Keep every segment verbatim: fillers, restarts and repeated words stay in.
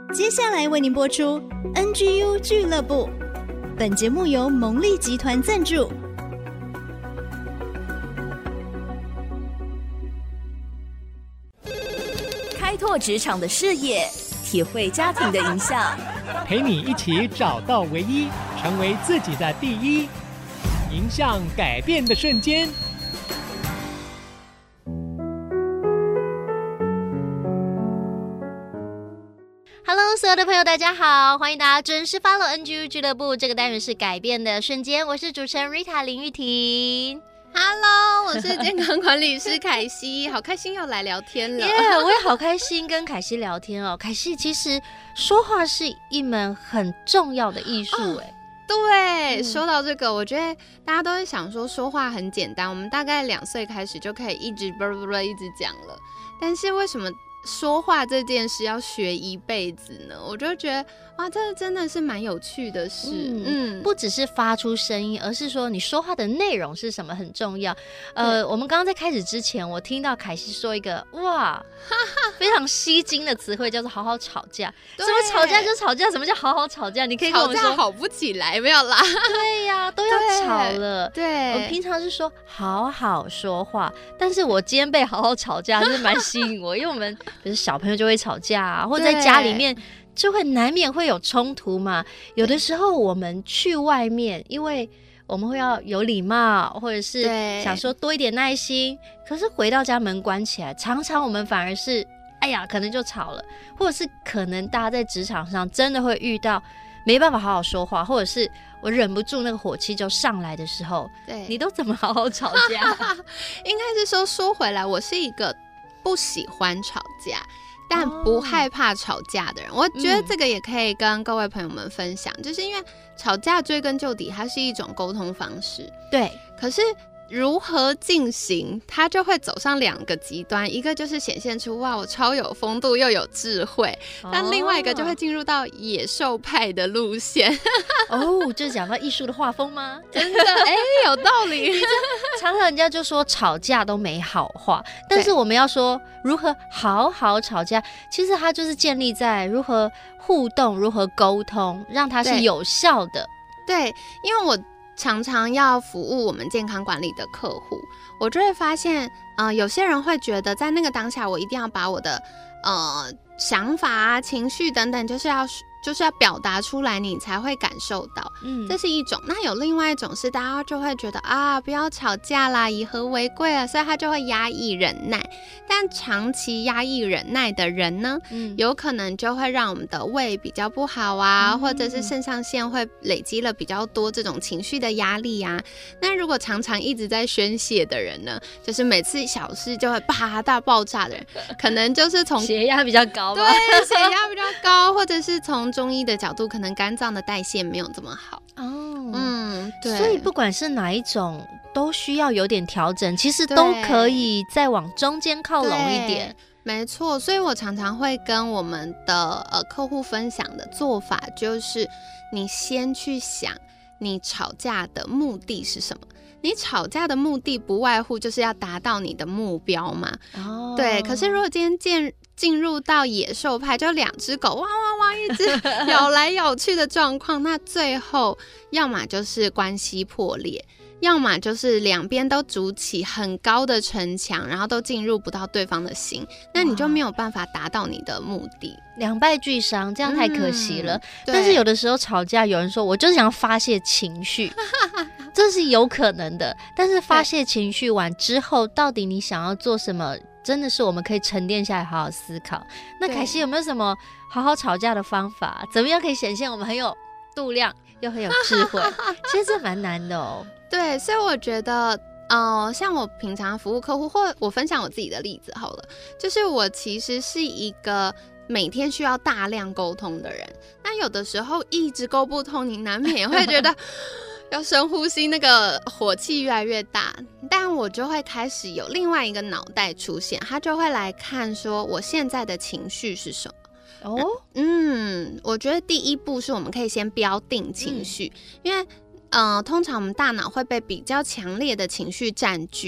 接下来为您播出 N G U 俱乐部，本节目由蒙利集团赞助。 开拓职场的视野，体会家庭的影响， 陪你一起找到唯一，成为自己的第一，迎向改变的瞬间。 Hello， 所有的朋友，大家好，欢迎大家准时 follow N G U 俱乐部。这个单元是改变的瞬间，我是主持人 Rita 林玉婷。 Hello， 我是健康管理师凯西，好开心又来聊天了。 耶、yeah, 我也好开心跟凯西聊天哦。凯西，其实说话是一门很重要的艺术哎。 哦对、嗯，说到这个，我觉得大家都会想说说话很简单，我们大概两岁开始就可以一直啵啵啵一直讲了。但是为什么说话这件事要学一辈子呢？我就觉得哇，这真的是蛮有趣的事。嗯, 嗯，不只是发出声音，而是说你说话的内容是什么很重要。呃，我们刚刚在开始之前，我听到凯西说一个哇非常吸睛的词汇，叫做好好吵架。什么吵架就吵架，什么叫好好吵架？你可以跟我们说吵架好不起来，没有啦。 对呀、啊，都要吵了。 对， 我平常是说好好说话，但是我今天被好好吵架是蛮吸引我，因为我们比如小朋友就会吵架啊，或者在家里面就会难免会有冲突嘛。有的时候我们去外面，因为我们会要有礼貌，或者是想说多一点耐心，可是回到家门关起来，常常我们反而是哎呀可能就吵了，或者是可能大家在职场上真的会遇到没办法好好说话，或者是我忍不住那个火气就上来的时候，对，你都怎么好好吵架？ 应该是说说回来，我是一个不喜欢吵架但不害怕吵架的人、哦、我觉得这个也可以跟各位朋友们分享、嗯、就是因为吵架追根究底它是一种沟通方式， 对， 可是如何进行它就会走上两个极端，一个就是显现出哇我超有风度又有智慧、哦、但另外一个就会进入到野兽派的路线。 哦，就是讲到艺术的画风吗？ 真的哎、欸，有道理。 常常人家就说吵架都没好话，但是我们要说如何好好吵架，其实它就是建立在如何互动如何沟通，让它是有效的。 对, 对，因为我常常要服务我们健康管理的客户，我就会发现呃，有些人会觉得在那个当下我一定要把我的呃想法啊情绪等等就是要就是要表达出来你才会感受到，嗯，这是一种。那有另外一种是大家就会觉得啊不要吵架啦，以和为贵啊，所以他就会压抑忍耐。但长期压抑忍耐的人呢、嗯、有可能就会让我们的胃比较不好啊、嗯、或者是肾上腺会累积了比较多这种情绪的压力啊。那如果常常一直在宣泄的人呢，就是每次小事就会啪大爆炸的人，可能就是从血压比较高吧。 对，血压比较高，或者是从中医的角度可能肝脏的代谢没有这么好哦， 嗯，对， 所以不管是哪一种都需要有点调整，其实都可以再往中间靠拢一点。 没错，所以我常常会跟我们的呃客户分享的做法就是你先去想你吵架的目的是什么。你吵架的目的不外乎就是要达到你的目标嘛、哦、对。可是如果今天进进入到野兽派，就两只狗汪汪汪一直咬来咬去的状况，那最后要么就是关系破裂，要么就是两边都筑起很高的城墙，然后都进入不到对方的心，那你就没有办法达到你的目的， 两败俱伤，这样太可惜了、嗯、但是有的时候吵架有人说我就是想发泄情绪这是有可能的，但是发泄情绪完之后到底你想要做什么，真的是我们可以沉淀下来好好思考。那凯西有没有什么好好吵架的方法，怎么样可以显现我们很有度量又很有智慧其实这蛮难的哦。 对，所以我觉得呃，像我平常服务客户，或我分享我自己的例子好了，就是我其实是一个每天需要大量沟通的人，那有的时候一直沟不通，你难免也会觉得要深呼吸，那个火气越来越大。但我就会开始有另外一个脑袋出现，他就会来看说我现在的情绪是什么。哦，嗯，我觉得第一步是我们可以先标定情绪、嗯、因为呃，通常我们大脑会被比较强烈的情绪占据，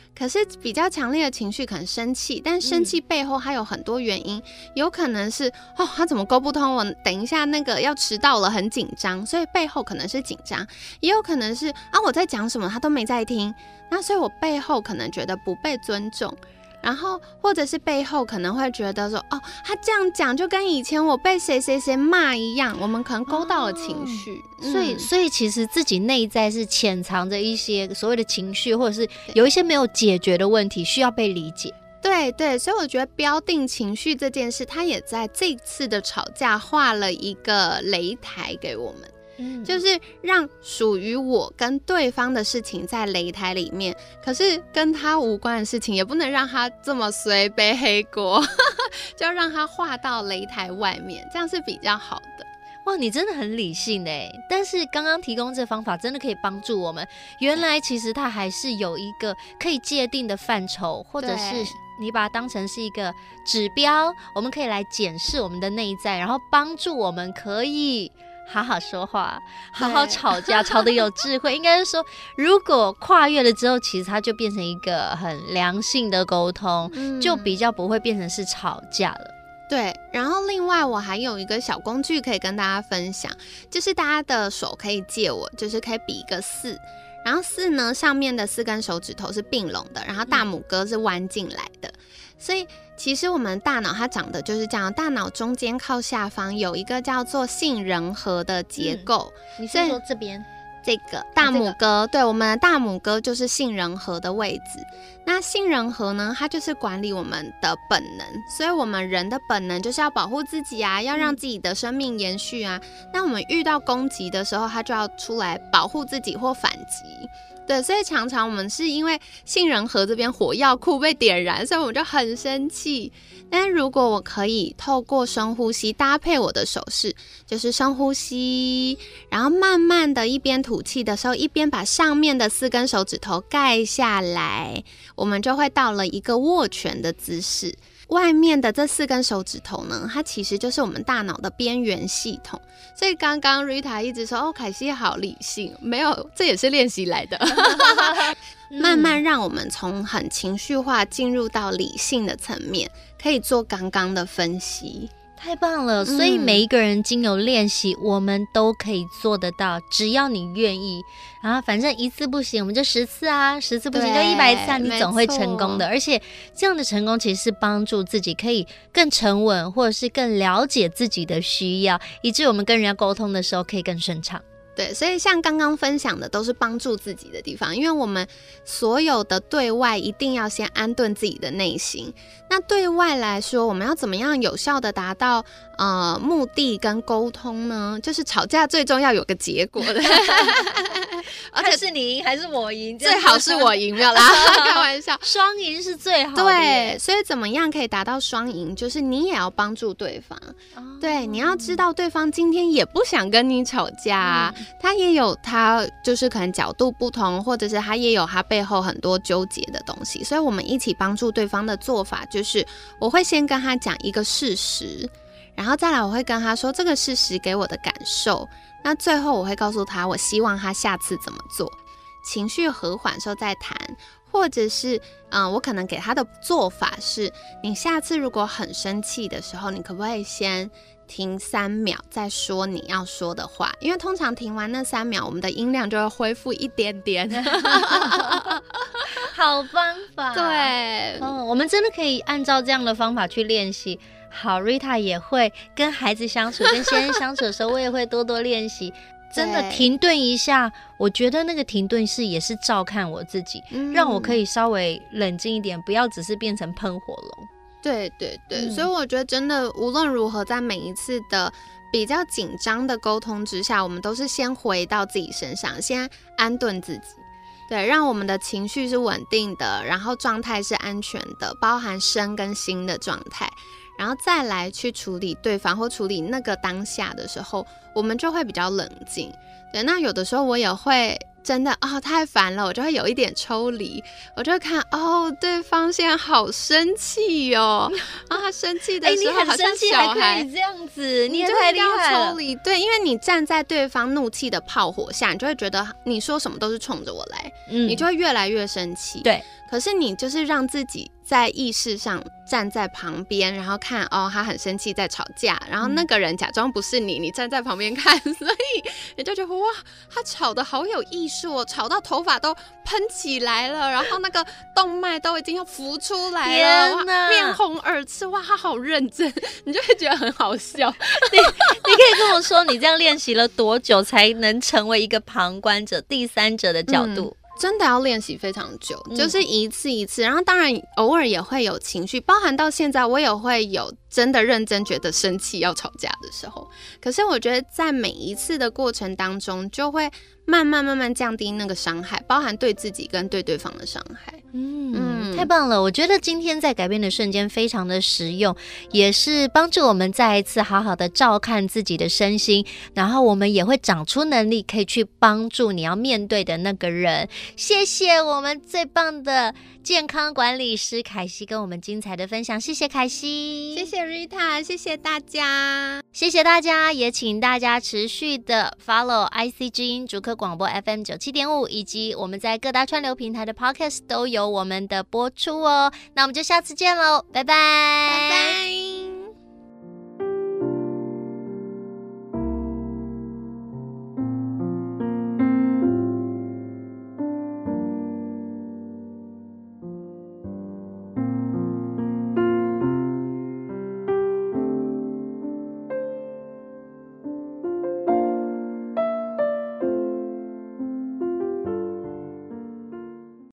可是比较强烈的情绪可能生气，但生气背后它有很多原因，嗯、有可能是哦，他怎么沟不通？我等一下那个要迟到了，很紧张，所以背后可能是紧张，也有可能是啊我在讲什么他都没在听，那所以我背后可能觉得不被尊重。然后或者是背后可能会觉得说哦，他这样讲就跟以前我被谁谁谁骂一样，我们可能勾到了情绪、哦嗯、所以所以其实自己内在是潜藏着一些所谓的情绪，或者是有一些没有解决的问题需要被理解。 对对，所以我觉得标定情绪这件事，他也在这次的吵架画了一个擂台给我们。嗯、就是让属于我跟对方的事情在擂台里面，可是跟他无关的事情也不能让他这么随背黑锅就让他画到擂台外面，这样是比较好的。 哇，你真的很理性耶，但是刚刚提供这方法真的可以帮助我们，原来其实它还是有一个可以界定的范畴，或者是你把它当成是一个指标，我们可以来检视我们的内在，然后帮助我们可以好好说话，好好吵架，吵得有智慧。应该是说，如果跨越了之后，其实它就变成一个很良性的沟通、嗯、就比较不会变成是吵架了。 对，然后另外我还有一个小工具可以跟大家分享，就是大家的手可以借我，就是可以比一个四，然后四呢上面的四根手指头是并拢的，然后大拇哥是弯进来的、嗯、所以其实我们大脑它长得就是这样，大脑中间靠下方有一个叫做杏仁核的结构、 嗯、你是说这边这个大拇哥、啊这个、对，我们的大拇哥就是杏仁核的位置。那杏仁核呢，它就是管理我们的本能，所以我们人的本能就是要保护自己啊，要让自己的生命延续啊、嗯、那我们遇到攻击的时候，它就要出来保护自己或反击。对，所以常常我们是因为杏仁核这边火药库被点燃，所以我们就很生气。但是如果我可以透过深呼吸搭配我的手势，就是深呼吸，然后慢慢的一边吐气的时候，一边把上面的四根手指头盖下来，我们就会到了一个握拳的姿势。外面的这四根手指头呢，它其实就是我们大脑的边缘系统。所以刚刚 Rita 一直说哦，凯西好理性，没有，这也是练习来的慢慢让我们从很情绪化进入到理性的层面，可以做刚刚的分析。 太棒了，所以每一个人经由练习、嗯、我们都可以做得到，只要你愿意。然后反正一次不行我们就十次啊，十次不行就一百次啊，你总会成功的。而且这样的成功其实是帮助自己可以更沉稳，或者是更了解自己的需要，以致我们跟人家沟通的时候可以更顺畅。 对，所以像刚刚分享的都是帮助自己的地方，因为我们所有的对外一定要先安顿自己的内心。那对外来说，我们要怎么样有效的达到呃目的跟沟通呢？就是吵架最终要有个结果的而且是你赢还是我赢， 最好是我赢，没有啦开玩笑， 双赢是最好的。 对，所以怎么样可以达到双赢，就是你也要帮助对方、哦、对，你要知道对方今天也不想跟你吵架、啊嗯，他也有他就是可能角度不同，或者是他也有他背后很多纠结的东西，所以我们一起帮助对方的做法就是我会先跟他讲一个事实，然后再来我会跟他说这个事实给我的感受，那最后我会告诉他我希望他下次怎么做，情绪和缓时候再谈，或者是嗯、呃，我可能给他的做法是你下次如果很生气的时候，你可不可以先停三秒再说你要说的话，因为通常停完那三秒我们的音量就会恢复一点点好方法， 对、 哦、我们真的可以按照这样的方法去练习。好 Rita 也会跟孩子相处跟先生相处的时候我也会多多练习，真的停顿一下，我觉得那个停顿是也是照看我自己、嗯、让我可以稍微冷静一点，不要只是变成喷火龙。 对对对、嗯、所以我觉得真的无论如何在每一次的比较紧张的沟通之下，我们都是先回到自己身上，先安顿自己，对，让我们的情绪是稳定的，然后状态是安全的，包含身跟心的状态，然后再来去处理对方或处理那个当下的时候，我们就会比较冷静。对，那有的时候我也会真的哦太烦了，我就会有一点抽离，我就会看哦对方现在好生气哦啊，他生气的时候好像小孩、 欸、你很生气还可以这样子，你也太太厉害了。 抽离，对，因为你站在对方怒气的炮火下，你就会觉得你说什么都是冲着我来、嗯、你就会越来越生气。 对可是你就是让自己在意识上站在旁边，然后看哦，他很生气在吵架，然后那个人假装不是你，你站在旁边看，所以你就觉得哇，他吵得好有艺术哦，吵到头发都喷起来了，然后那个动脉都已经要浮出来了， 天哪， 面红耳赤，哇，他好认真，你就会觉得很好笑。 你你可以跟我说，你这样练习了多久才能成为一个旁观者、第三者的角度？ 嗯，真的要练习非常久，就是一次一次，然后当然偶尔也会有情绪，包含到现在我也会有真的认真觉得生气要吵架的时候，可是我觉得在每一次的过程当中就会慢慢慢慢降低那个伤害，包含对自己跟对对方的伤害。 嗯嗯，太棒了！我觉得今天在改变的瞬间非常的实用，也是帮助我们再一次好好的照看自己的身心，然后我们也会长出能力，可以去帮助你要面对的那个人。谢谢我们最棒的健康管理师凯西跟我们精彩的分享，谢谢凯西， 谢谢 Rita， 谢谢大家， 谢谢大家，也请大家持续的 follow I C 之音竹科广播 F M 九七点五，以及我们在各大串流平台的 Podcast 都有我们的播出哦。那我们就下次见喽，拜拜， 拜拜。